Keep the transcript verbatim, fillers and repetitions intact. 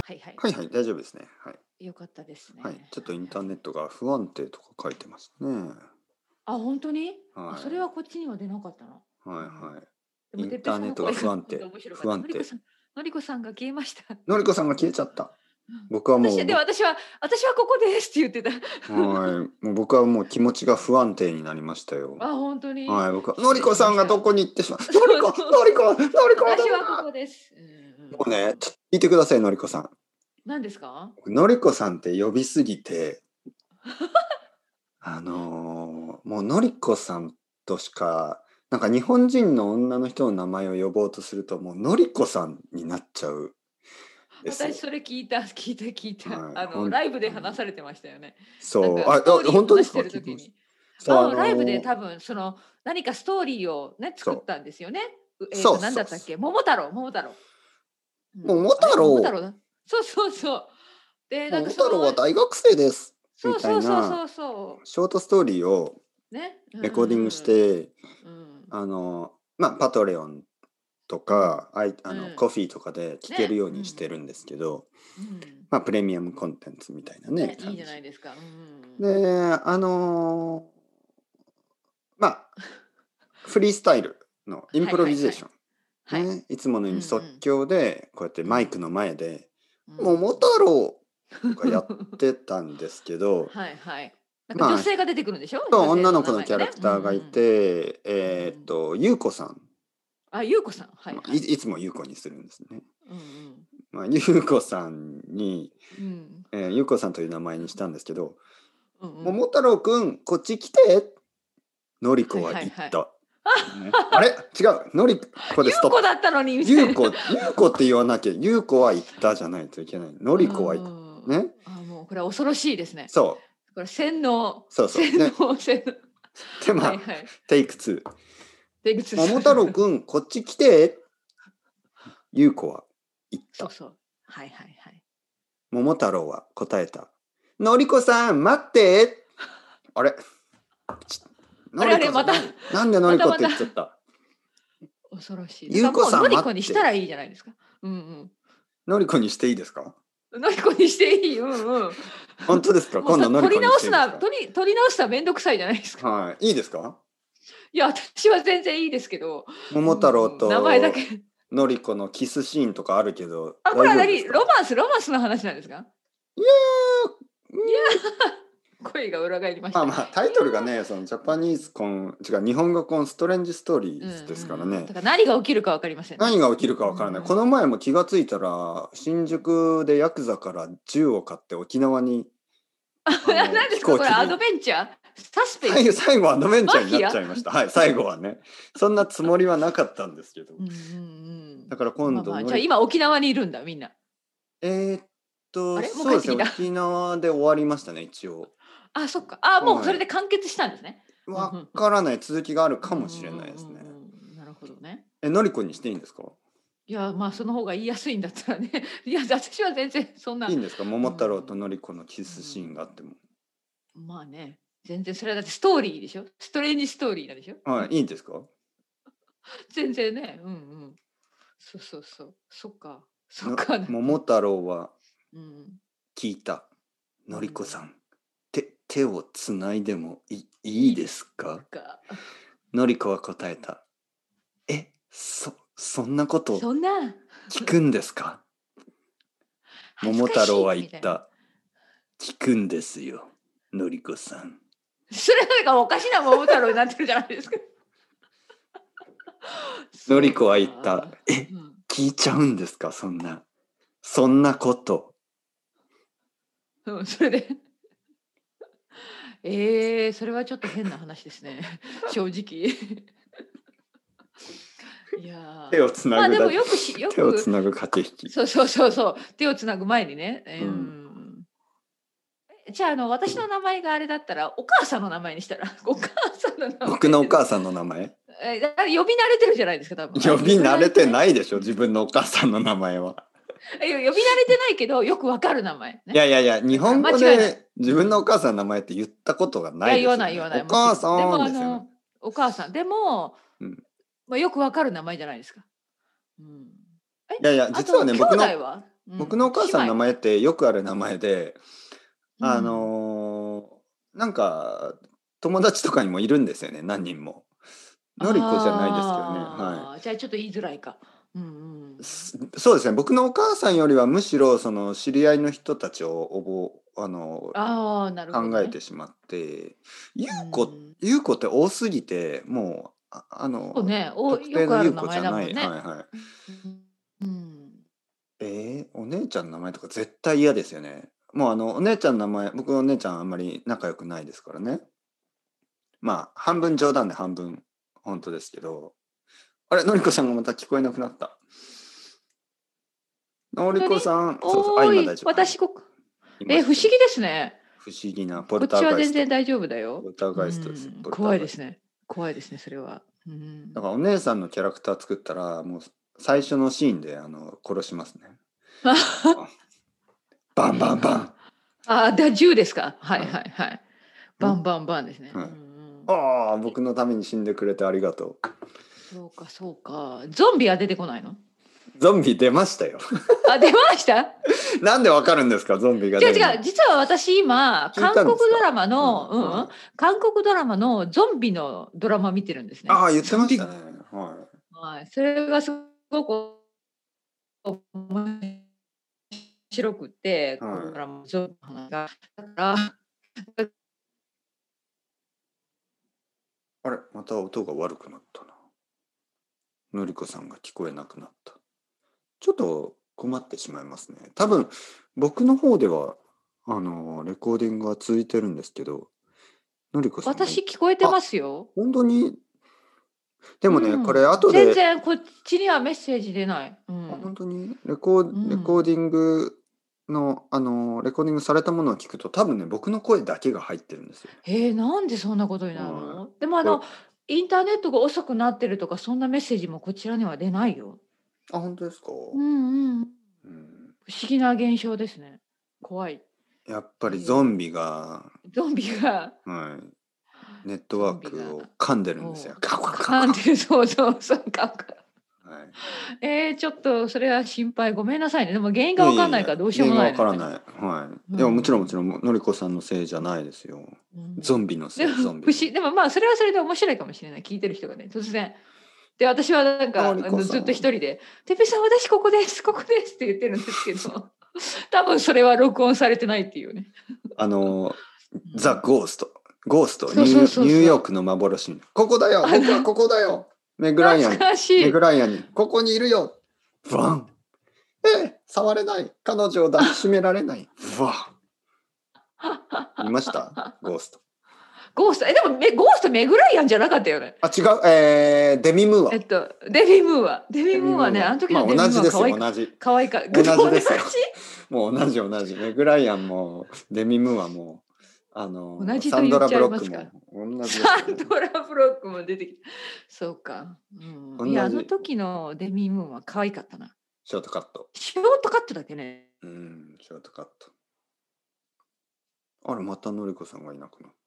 はいはい。 はいはい、大丈夫ですね。はい。 よかったですはい。 ね。 ちょっとインターはいはい。 ネットが不安定とか書いてますね。 あ、本当に？あ、それはい。 はこっちには出なかったな。 はいうん。 はい。 でも、 インてっぺいターネットがさんの声が不安定。 本当面白かった。 不安定。 のりこさんのりこさんが消えました。 のりこさんが消えちゃった。 うん。 僕はもう、 私で、 僕私は私はここですって言ってた。 はい。もう僕はもう気持ちが不安定になりましたよ。 あ、本当に？ はい。僕は、の失礼りこさんがどしました。 こに行ってしまう。のりこ、 そうそうのりこ、のりこはど私はここだ。 こです。うんうんもうね、 うん。 ちょっと聞いてください、のりこさん。 何ですか？ のりこさんって呼びすぎて、あのーもうのりこさんとしか、なんか日本人の女の人の名前を呼ぼうとすると、もうのりこさんになっちゃうですよ。 私それ聞いた聞いた聞いた。 はい、 あの、 本ライブで当に。 話されてましたよね。なんそう、あ、 かストーあ、本当ですか？ リーを話してる聞いてます。 時に。 そう、ああ、ライブでのー多分その、何かストーリーをね、作っそたんですよね。うう、 えっと、 そうなんだったっけ？ そうそ桃太郎桃太郎。うう。 ん。 桃あれ？ 太郎、 桃太郎だ。そうそうそう。で、なん桃かその太郎は大学生です。みそうたいなそうそうそうそショートストーリーをう。ね。うんレコーディングしうん。 て、 うん。 あの、まあ、パトレオンとうん。 か、あいあの、コうん。 フィーとかで聴けるね。 ようにしてうん。 るんですけど、 うん。 まあ、プレミアムコンテンツみたいなね、 ね、いいじゃな感じ。 いですか。うんうんうん。 で、あのーまあ、フリースタイルのインはいプロはいはい。 ビゼーション。 はい。 ね、いつものようんううに即ん。 興で、こうやってうん。 マイクの前で、 う桃太ん。 郎とかやってたんですけど、 はいはい。なんか女まあ、 性が出てくるんでしょ？ そう、 女性の女の子のキャラ名前がね。うんうんうクターがいん。 て、 うんうえーっん。 と、ゆうこさん。 あ、ゆうこさん。はいまあ、い、 はい。 いつもゆうこにするんですね。 うんうん。 まあ、ゆうこさんに、 うん。 えーゆうこさんという名前にしたんですけど、 うんうん。 桃太郎くん、こっち来て、のりこはいははいはい。 言った。ね、あれ違う。のり、ここでゆうこストップ。 だったのにみたいな。 ゆうこ、ゆうこって言わなきゃ、ゆうこは言ったじゃないといけない。のうりこは言った。 んうん。 ね。 あ、もうこれは恐ろしいですね。 そう。 これ洗脳そうそう。 洗で、 脳洗脳。 で、まあ、 はいはい。 テイクツー。 出口桃太郎くん、こっち来て、ゆうこは言った。 そうそう。はいはいはい。 桃太郎は答えた。のりこさん、待って。あれのあれあれ、また、 りこじゃない。なんでのりこってまたまた、 言っちゃった。 恐ろしい。だからもうゆうこさん、 のりこに待って。 したらいいじゃないですか。うんのりこにしていいですか？ うん。のりこにしていい。うんうん。 本当ですか？ もうと取り今度のりこにし直すな、 ていいですか？ 取り取り直すのはめんどくさいじゃないですか。 はい。いいですか？ いや、私は全然いいですけど、う桃太郎んうん、名前だけ。 とのりこのキスシーンとかあるけど、 あ、これ大は何？ 丈夫ですか？ ロマンスロマンスの話なんですか？ いやー、ういや、 ーん、 声が裏返りました。いまあまあ、タイトルがね、そのジャパニーズコン、違う、日本語コンストレンジストーリうんうーズですからん。 ね。 だから何が起きるかわかりませんね。 何が起きるかうわからない。こん。 の前も気がついたら、新宿でヤクザから銃を買って沖縄に、あの、飛何ですか？これアド行機で、 ベンチャー？サスペン最後、 ス？ 最後はアドベンチャーになっマフィア？ ちゃいました。はい、最後はね。そんなつもりはなかったんですけど。 うんうんうん。 だから今まあまあ、じゃあ度のり、 今沖縄にいるんだ、みんな。 えーっと、 あれ？もうそうですね、 帰ってきた？ 沖縄で終わりましたね、一応。 あ、そっか。あ、もうそれはい。 で完結したんですね。うんうわんうん。 からない、続きがあるうんうんかもしれないですね。 うんうん。なるほどね。 え、のりこにしていいんですか？ いや、まあ、その方が言いやすいんだったらね。いや、私は全然そんな、 いいんですか？ う桃太郎とん、 のりこのキうスシーンがあっん、 ても。 まあね、全然それはだってストーリーでしょ？ストレンジストーリーなんでしょ？ はい、いいんですか？ 全然ね、うんうん。そうそうそう。そっか、そっのか、なんか、 桃太郎はうん、 聞いた。 うのりこさん。 ん、手、手をつないでもいいいでいいですすか？ か？ のりこは答えた。え、そ、そんなことそんな、 聞くんですか？ 恥ずかし桃太郎はいみたいな。 言った。聞くんですよ、のりこさん。 それなんかおかしな桃太郎になってるじゃないですか。そうのりこは言った。 か。 え、 うん。 聞いちゃうんですか？そんな。そんなこと。 うん、それで、ええ、それはちょっと変な話ですね。正直。いや手をー、 つなぐだけ。 まあでもよくしよ手をく、 つなぐ駆け引き。 そうそうそうそう、手をつなぐ前にね、ううん。 ん。え、じゃあ、あの、私の名前があれだったら、お母さんの名前にしたら、お母さんの名僕前でも、 のお母さんの名前え、だ呼び慣れてるじゃないですか、多分。あれ、 呼び呼び慣れて慣れてない？ ないでしょ、自分のお母さんの名前は。 え、よ呼び慣れてないけど、よくわかる名前ね。 いやいやいや、日だから本語間違いない。 で自うん。 分のお母さんの名前って言ったことがいや、 ない言ですよね。 わない言わない、もちお母ろん。でも、 さんですよね。 あの、お母さん、でも、 うん。 まあ、よくわかる名前じゃないですか。うん。え、 いやいや、 あと、 実はね、 兄僕の、 弟は？ 僕のおうん、 母さんの名姉妹。 前ってよくある名前で、あうん。 のーなんか友達とかにもいるんですよね、何人も。のりこじゃないですけどね、はい。 ああ、じゃあちょっと言いづらいか。うんうん。 すそうですね、僕のお母さんよりはむしろその知り合いの人たちをおぼあのああ、なるほど考えね。 てしまって、優う子ん。 優子って多すぎて、もうああのそうね、お、 特定の優よくある名子じゃない、 前だもんね。 はいはい。 うん。うん。 えー、お姉ちゃんの名前とか絶対嫌ですよね。もうあのお姉ちゃんの名前、僕のお姉ちゃんあんまり仲良くないですからね。まあ半分冗談で半分本当ですけど、あれのりこさんがまた聞こえなくなった。のり本当に。 こさん、そうそう、あ、 おーい、 今大丈夫。はい。 私こ、え、 いました、 不思議ですね。 不思議なポルタこっちはーガイスト。 全然大丈夫だよ。 ポルターうガイストです。 ん、 ポルターガイスト。 怖いですね。怖いですね、それは。うん。 だからお姉さんのキャラクター作ったら、もう最初のシーンであの殺しますね。バンバンバン。 あ、で、銃ですか。はいはい。 はいはい。バンんバンバンですね。うんうはい。 ん。 ああ、僕のために死んでくれてありがとそうかそうか。ゾンビは出てこないの？ う。ゾンビ出ましたよ。 あ、出ました？ なんでわかるんですか、ゾンビが出るの？ 違う違う。実は私今、 聞い韓国たんですか？ ドラマの、うんうん、 はい。はい。 韓国ドラマのゾンビのドラマ見てるんですね。 ああ、言ってゾンビ。 ましたね。ははい。それがすごく面白くて、 い。 このドはい。 ラマ、ゾンビの話が。だから、 あれ、また音が悪くなったな。のりこさんが聞こえなくなった。ちょっと困ってしまいますね。多分、僕の方では、あの、レコーディングが続いてるんですけど、のりこさんがい、 私聞こえてあ、 ますよ。 本当に、でもね、これうん。 後で、 全然こっちにはメッセージ出ない。うあ、本ん。 当にレコー、 うん。 レコーディングの、あの、レコーディングされたものを聞くと、多分ね、僕の声だけが入ってるんですよ。 えー、なんでそんなことになるはい。 の？でもあこれ、 の、インターネットが遅くなってるとか、そんなメッセージもこちらには出ないよ。 あ、本当ですか？ うんうん。 うん。 不思議な現象ですね。怖い。 やっぱりゾンえビが、 ー、ゾンビがはい、ネットワーゾンビが、 クを噛んでるんですよ。 おう、 カクカクカクカ噛んでる、そうそうそう、かかク。はい。 えー、ちょっとそれは心配。ごめんなさいね。でも原因がわかんないいやいやいや、 からどうしようも原因がないのよね。 わからない。はい。 ういや、もちろんもちん。 ろん、のりこさんのせいじゃないですよ。 うん。 ゾンビのせい、 でも、 ゾンビの。 不思でもまあ、それはそれで面白いかもしれない。聞いてる人がね、突然。で、私はなんのか、あの、 りこさん。 ずっと一人で、てっぺいさん、私ここです、ここですって言ってるんですけど、多分それは録音されてないっていうね。 あの、ザ・うん。 ゴースト。ゴースト。ニそうそうュー、ニューそうそう。 ヨークの幻。ここだよ、 あ、な僕はここだよ。メグライア懐ン、 かしメグい。 ライアンに、ここにいるよ。ブワン。ええ、触れない。彼女を抱きしめられない。ブワン。見ましたゴースト。 ゴースト、え、でも、めゴーストメグライアンじゃなかったよね。 あ、違う。えー、デミムーア。 えっと、デビー・ムーア。デビー・デミムーアね、 ムーア。 あの時まあのデビー・ムー同じですよ、 ア可愛いか、 同じ。 可愛いか、 同同じじですよ。もう同じ同じ。メグライアンもデミムーアも、あの、 同じサンドラ・と言っちゃブロックもいますか。 同じですサよね。 ンドラ・ブロックも出てきた。そうか。うん。いや、あの同じ時のデミー・ムーアは可愛かったな。 ショートカット。 ショートカットだっけね。 うん、ショートカット。あれ、またのりこさんがいなくなった。